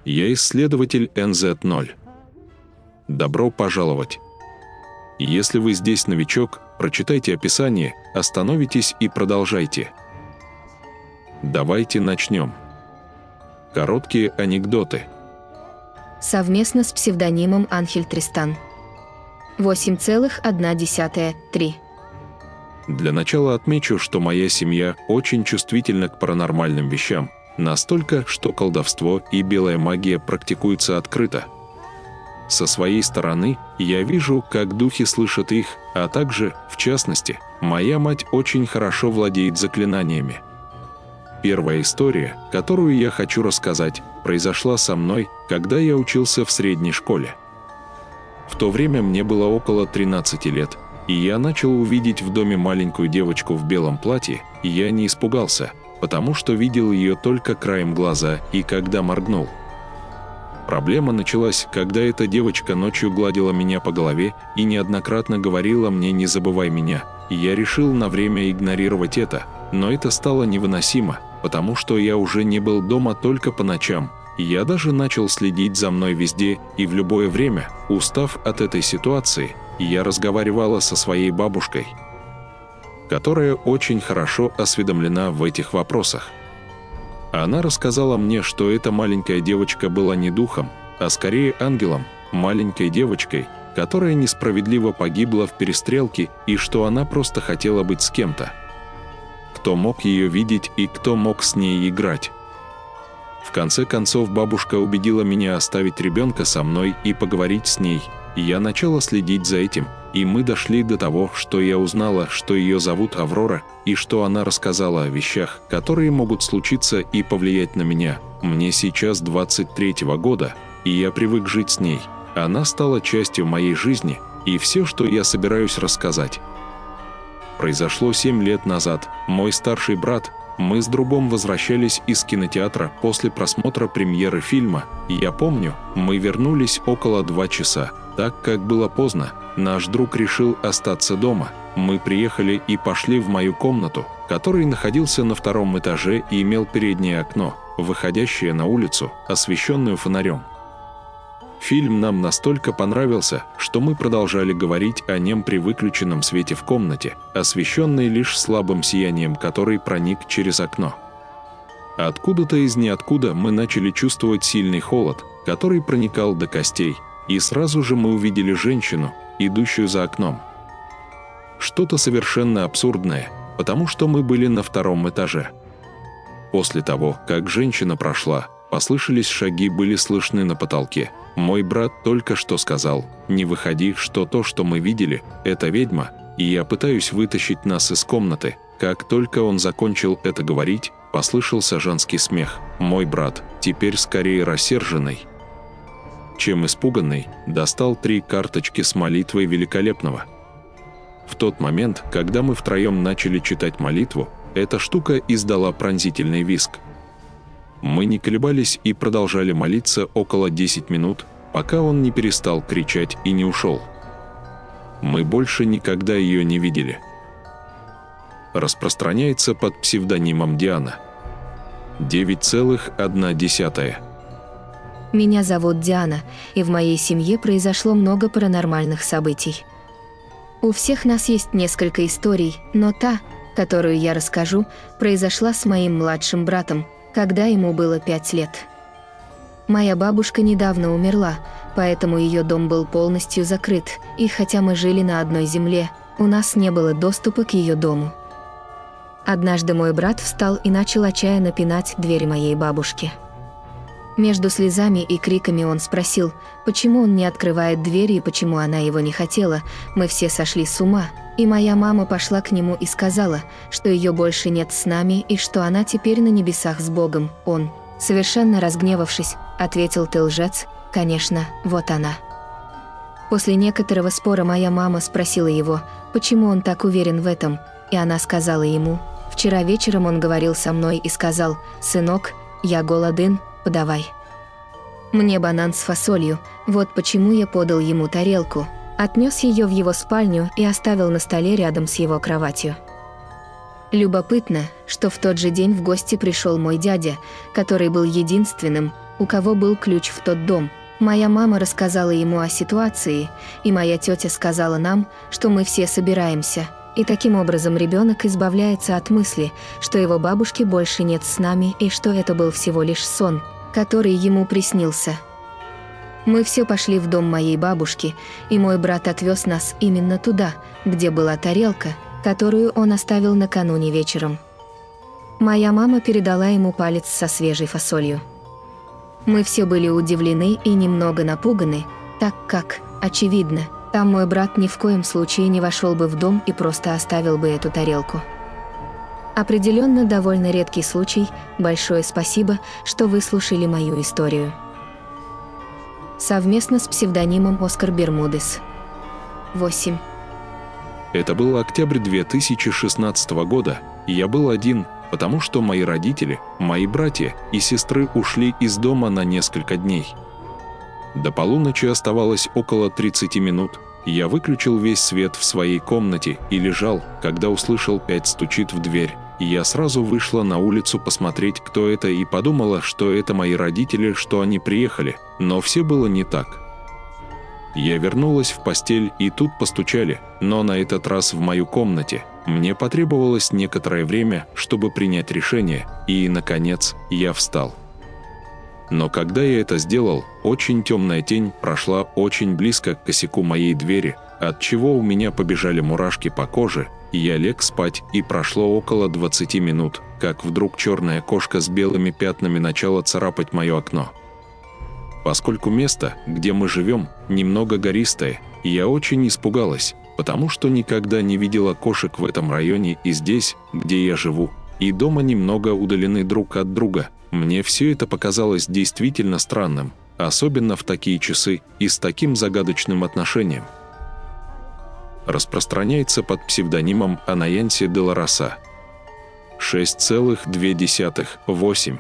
Я исследователь NZ0. Добро пожаловать. Если вы здесь новичок, прочитайте описание, остановитесь и продолжайте. Давайте начнем. Короткие анекдоты. Совместно с псевдонимом Анхель Тристан. 8,1. Для начала отмечу, что моя семья очень чувствительна к паранормальным вещам, настолько, что колдовство и белая магия практикуются открыто. Со своей стороны, я вижу, как духи слышат их, а также, в частности, моя мать очень хорошо владеет заклинаниями. Первая история, которую я хочу рассказать, произошла со мной, когда я учился в средней школе. В то время мне было около 13 лет, и я начал увидеть в доме маленькую девочку в белом платье, и я не испугался, потому что видел ее только краем глаза и когда моргнул. Проблема началась, когда эта девочка ночью гладила меня по голове и неоднократно говорила мне «не забывай меня», и я решил на время игнорировать это, но это стало невыносимо, потому что я уже не был дома только по ночам, и я даже начал следить за мной везде и в любое время. Устав от этой ситуации, я разговаривала со своей бабушкой, которая очень хорошо осведомлена в этих вопросах. Она рассказала мне, что эта маленькая девочка была не духом, а скорее ангелом, маленькой девочкой, которая несправедливо погибла в перестрелке, и что она просто хотела быть с кем-то, кто мог ее видеть и кто мог с ней играть. В конце концов, бабушка убедила меня оставить ребенка со мной и поговорить с ней, и я начала следить за этим, и мы дошли до того, что я узнала, что ее зовут Аврора, и что она рассказала о вещах, которые могут случиться и повлиять на меня. Мне сейчас 23 года, и я привык жить с ней. Она стала частью моей жизни, и все, что я собираюсь рассказать, произошло 7 лет назад. Мой старший брат, мы с другом возвращались из кинотеатра после просмотра премьеры фильма, и я помню, мы вернулись около 2 часа. Так как было поздно, наш друг решил остаться дома. Мы приехали и пошли в мою комнату, который находился на 2-м этаже и имел переднее окно, выходящее на улицу, освещенную фонарем. Фильм нам настолько понравился, что мы продолжали говорить о нем при выключенном свете в комнате, освещенной лишь слабым сиянием, который проник через окно. Откуда-то из ниоткуда мы начали чувствовать сильный холод, который проникал до костей, и сразу же мы увидели женщину, идущую за окном. Что-то совершенно абсурдное, потому что мы были на 2-м этаже. После того, как женщина прошла, послышались шаги, были слышны на потолке. Мой брат только что сказал: «Не выходи, что то, что мы видели, это ведьма», и я пытаюсь вытащить нас из комнаты. Как только он закончил это говорить, послышался женский смех. Мой брат, теперь скорее рассерженный, чем испуганный, достал 3 карточки с молитвой Великолепного. В тот момент, когда мы втроем начали читать молитву, эта штука издала пронзительный визг. Мы не колебались и продолжали молиться около 10 минут, пока он не перестал кричать и не ушел. Мы больше никогда ее не видели. Распространяется под псевдонимом Диана. 9,1. Меня зовут Диана, и в моей семье произошло много паранормальных событий. У всех нас есть несколько историй, но та, которую я расскажу, произошла с моим младшим братом, когда ему было 5 лет. Моя бабушка недавно умерла, поэтому ее дом был полностью закрыт, и хотя мы жили на одной земле, у нас не было доступа к ее дому. Однажды мой брат встал и начал отчаянно пинать дверь моей бабушки. Между слезами и криками он спросил, почему он не открывает дверь и почему она его не хотела. Мы все сошли с ума, и моя мама пошла к нему и сказала, что ее больше нет с нами и что она теперь на небесах с Богом. Он, совершенно разгневавшись, ответил: «Ты лжец, конечно, вот она». После некоторого спора моя мама спросила его, почему он так уверен в этом, и она сказала ему: «Вчера вечером он говорил со мной и сказал: сынок, я голоден, подавай мне банан с фасолью, вот почему я подал ему тарелку, отнес ее в его спальню и оставил на столе рядом с его кроватью». Любопытно, что в тот же день в гости пришел мой дядя, который был единственным, у кого был ключ в тот дом. Моя мама рассказала ему о ситуации, и моя тетя сказала нам, что мы все собираемся. И таким образом ребенок избавляется от мысли, что его бабушки больше нет с нами и что это был всего лишь сон, который ему приснился. Мы все пошли в дом моей бабушки, и мой брат отвез нас именно туда, где была тарелка, которую он оставил накануне вечером. Моя мама передала ему палец со свежей фасолью. Мы все были удивлены и немного напуганы, так как, очевидно, там мой брат ни в коем случае не вошел бы в дом и просто оставил бы эту тарелку. Определенно довольно редкий случай. Большое спасибо, что вы слушали мою историю. Совместно с псевдонимом Оскар Бермудес. 8. Это был октябрь 2016 года, и я был один, потому что мои родители, мои братья и сестры ушли из дома на несколько дней. До полуночи оставалось около 30 минут. Я выключил весь свет в своей комнате и лежал, когда услышал 5 стучит в дверь. Я сразу вышла на улицу посмотреть, кто это, и подумала, что это мои родители, что они приехали, но все было не так. Я вернулась в постель, и тут постучали, но на этот раз в мою комнате. Мне потребовалось некоторое время, чтобы принять решение, и, наконец, я встал. Но когда я это сделал, очень темная тень прошла очень близко к косяку моей двери, от чего у меня побежали мурашки по коже, и я лег спать, и прошло около 20 минут, как вдруг черная кошка с белыми пятнами начала царапать мое окно. Поскольку место, где мы живем, немного гористое, я очень испугалась, потому что никогда не видела кошек в этом районе и здесь, где я живу, и дома немного удалены друг от друга. Мне все это показалось действительно странным, особенно в такие часы и с таким загадочным отношением. Распространяется под псевдонимом Анаянси де ла Роса. 6,2. 8.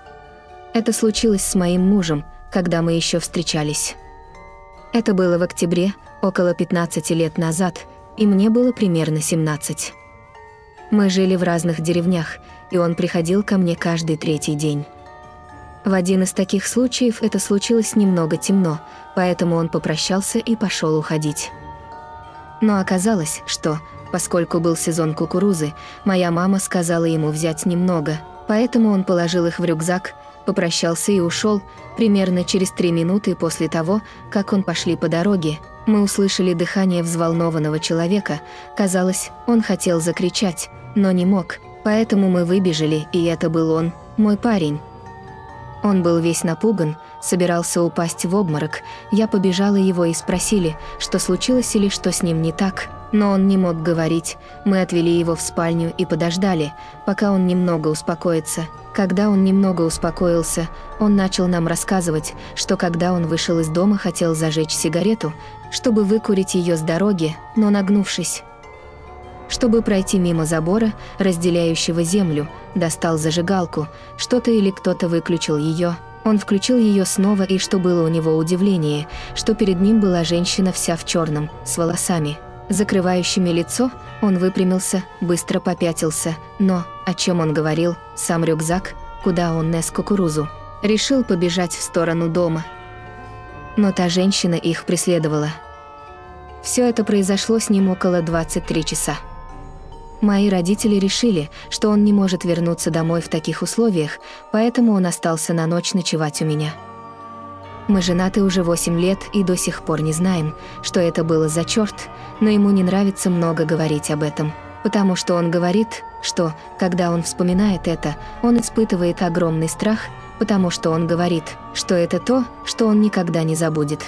Это случилось с моим мужем, когда мы еще встречались. Это было в октябре, около 15 лет назад, и мне было примерно 17. Мы жили в разных деревнях, и он приходил ко мне каждый третий день. В один из таких случаев это случилось немного темно, поэтому он попрощался и пошел уходить. Но оказалось, что, поскольку был сезон кукурузы, моя мама сказала ему взять немного, поэтому он положил их в рюкзак, попрощался и ушел. Примерно через 3 минуты после того, как он пошли по дороге, мы услышали дыхание взволнованного человека. Казалось, он хотел закричать, но не мог, поэтому мы выбежали, и это был он, мой парень. Он был весь напуган, собирался упасть в обморок. Я побежала его и спросили, что случилось или что с ним не так, но он не мог говорить. Мы отвели его в спальню и подождали, пока он немного успокоится. Когда он немного успокоился, он начал нам рассказывать, что когда он вышел из дома, хотел зажечь сигарету, чтобы выкурить ее с дороги, но нагнувшись, чтобы пройти мимо забора, разделяющего землю, достал зажигалку, что-то или кто-то выключил ее. Он включил ее снова, и что было у него удивление, что перед ним была женщина вся в черном, с волосами, закрывающими лицо. Он выпрямился, быстро попятился, но, о чем он говорил, сам рюкзак, куда он нес кукурузу, решил побежать в сторону дома. Но та женщина их преследовала. Все это произошло с ним около 23 часа. Мои родители решили, что он не может вернуться домой в таких условиях, поэтому он остался на ночь ночевать у меня. Мы женаты уже 8 лет и до сих пор не знаем, что это было за черт, но ему не нравится много говорить об этом, потому что он говорит, что, когда он вспоминает это, он испытывает огромный страх, потому что он говорит, что это то, что он никогда не забудет.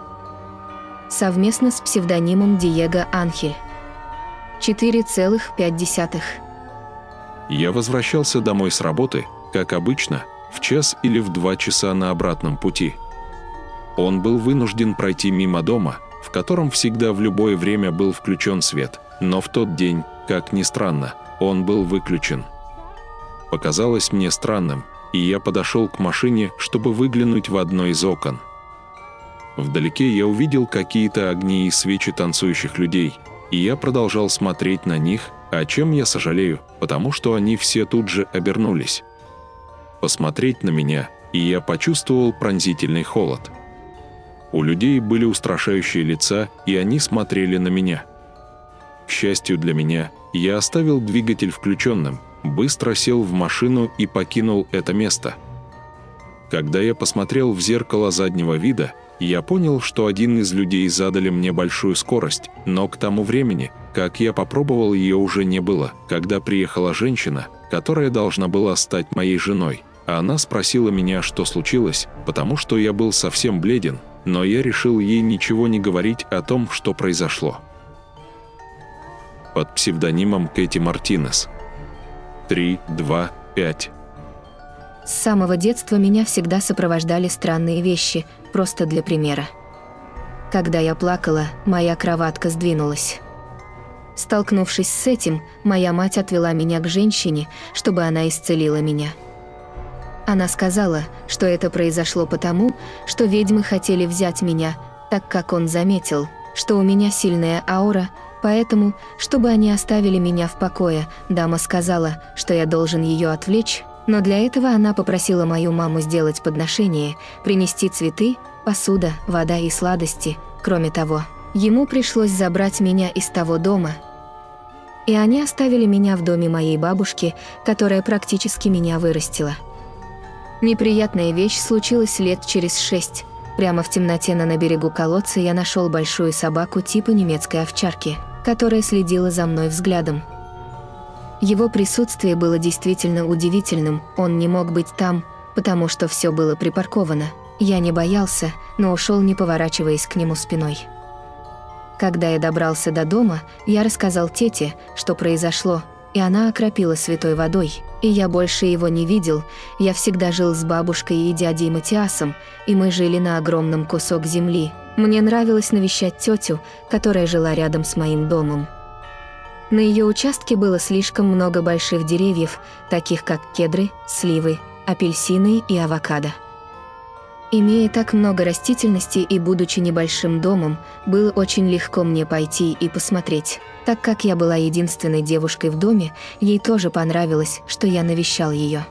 Совместно с псевдонимом Диего Анхель. 4,5. Я возвращался домой с работы, как обычно, в 1 или в 2 часа на обратном пути. Он был вынужден пройти мимо дома, в котором всегда в любое время был включен свет, но в тот день, как ни странно, он был выключен. Показалось мне странным, и я подошел к машине, чтобы выглянуть в одно из окон. Вдалеке я увидел какие-то огни и свечи танцующих людей, и я продолжал смотреть на них, о чем я сожалею, потому что они все тут же обернулись. Посмотреть на меня, и я почувствовал пронзительный холод. У людей были устрашающие лица, и они смотрели на меня. К счастью для меня, я оставил двигатель включенным, быстро сел в машину и покинул это место. Когда я посмотрел в зеркало заднего вида, я понял, что один из людей задали мне большую скорость, но к тому времени, как я попробовал, ее уже не было. Когда приехала женщина, которая должна была стать моей женой, она спросила меня, что случилось, потому что я был совсем бледен, но я решил ей ничего не говорить о том, что произошло. Под псевдонимом Кэти Мартинес. 3, 2, 5. С самого детства меня всегда сопровождали странные вещи, просто для примера. Когда я плакала, моя кроватка сдвинулась. Столкнувшись с этим, моя мать отвела меня к женщине, чтобы она исцелила меня. Она сказала, что это произошло потому, что ведьмы хотели взять меня, так как он заметил, что у меня сильная аура, поэтому, чтобы они оставили меня в покое, дама сказала, что я должен ее отвлечь, но для этого она попросила мою маму сделать подношение, принести цветы, посуда, вода и сладости. Кроме того, ему пришлось забрать меня из того дома, и они оставили меня в доме моей бабушки, которая практически меня вырастила. Неприятная вещь случилась лет через 6. Прямо в темноте на берегу колодца я нашел большую собаку типа немецкой овчарки, которая следила за мной взглядом. Его присутствие было действительно удивительным, он не мог быть там, потому что все было припарковано. Я не боялся, но ушел, не поворачиваясь к нему спиной. Когда я добрался до дома, я рассказал тете, что произошло, и она окропила святой водой, и я больше его не видел. Я всегда жил с бабушкой и дядей Матиасом, и мы жили на огромном кусок земли. Мне нравилось навещать тетю, которая жила рядом с моим домом. На ее участке было слишком много больших деревьев, таких как кедры, сливы, апельсины и авокадо. Имея так много растительности и будучи небольшим домом, было очень легко мне пойти и посмотреть. Так как я была единственной девушкой в доме, ей тоже понравилось, что я навещал ее.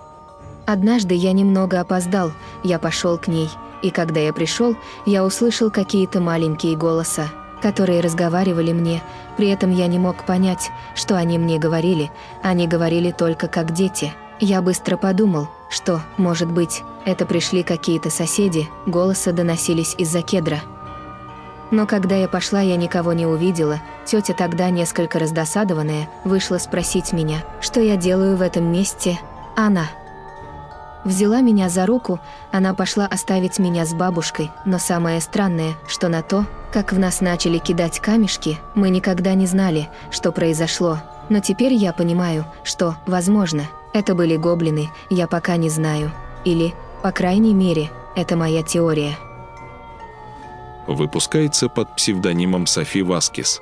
Однажды я немного опоздал, я пошел к ней, и когда я пришел, я услышал какие-то маленькие голоса, которые разговаривали мне, при этом я не мог понять, что они мне говорили, они говорили только как дети. Я быстро подумал, что, может быть, это пришли какие-то соседи, голоса доносились из-за кедра. Но когда я пошла, я никого не увидела. Тетя, тогда несколько раздосадованная, вышла спросить меня, что я делаю в этом месте. Она взяла меня за руку, она пошла оставить меня с бабушкой, но самое странное, что на то, как в нас начали кидать камешки, мы никогда не знали, что произошло. Но теперь я понимаю, что, возможно, это были гоблины, я пока не знаю. Или, по крайней мере, это моя теория. Выпускается под псевдонимом Софи Васкис.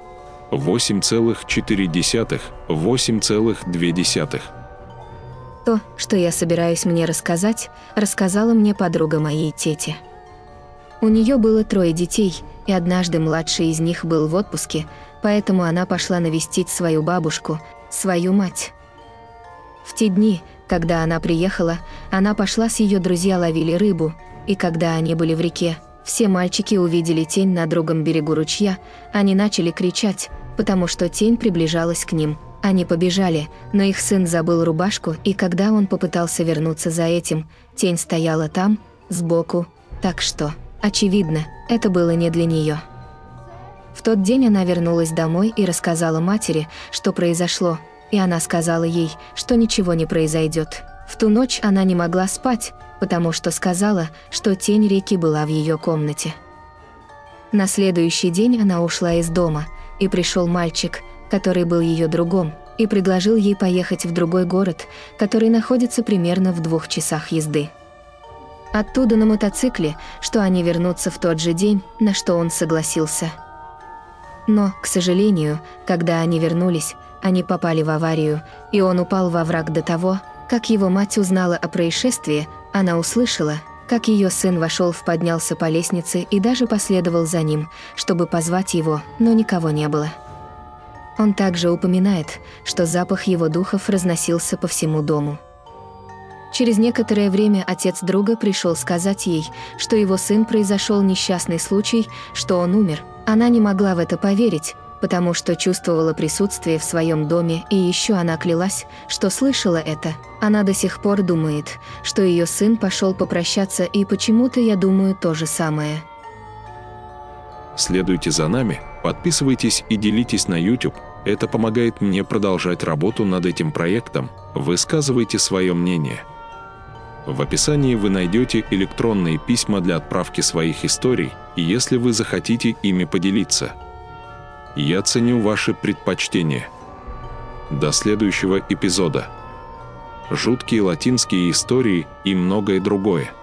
8,4, 8,2. То, что я собираюсь мне рассказать, рассказала мне подруга моей тети. У нее было 3 детей, и однажды младший из них был в отпуске, поэтому она пошла навестить свою бабушку, свою мать. В те дни, когда она приехала, она пошла с ее друзья ловили рыбу, и когда они были в реке, все мальчики увидели тень на другом берегу ручья, они начали кричать, потому что тень приближалась к ним. Они побежали, но их сын забыл рубашку, и когда он попытался вернуться за этим, тень стояла там, сбоку, так что, очевидно, это было не для нее. В тот день она вернулась домой и рассказала матери, что произошло, и она сказала ей, что ничего не произойдет. В ту ночь она не могла спать, потому что сказала, что тень реки была в ее комнате. На следующий день она ушла из дома, и пришел мальчик, который был ее другом, и предложил ей поехать в другой город, который находится примерно в 2 часах езды. Оттуда на мотоцикле, что они вернутся в тот же день, на что он согласился. Но, к сожалению, когда они вернулись, они попали в аварию, и он упал во враг до того, как его мать узнала о происшествии. Она услышала, как ее сын вошел, поднялся по лестнице и даже последовал за ним, чтобы позвать его, но никого не было. Он также упоминает, что запах его духов разносился по всему дому. Через некоторое время отец друга пришел сказать ей, что его сын произошел несчастный случай, что он умер. Она не могла в это поверить, потому что чувствовала присутствие в своем доме, и еще она клялась, что слышала это. Она до сих пор думает, что ее сын пошел попрощаться, и почему-то я думаю то же самое. Следуйте за нами, подписывайтесь и делитесь на YouTube. Это помогает мне продолжать работу над этим проектом. Высказывайте свое мнение. В описании вы найдете электронные письма для отправки своих историй, если вы захотите ими поделиться. Я ценю ваши предпочтения. До следующего эпизода. Жуткие латинские истории и многое другое.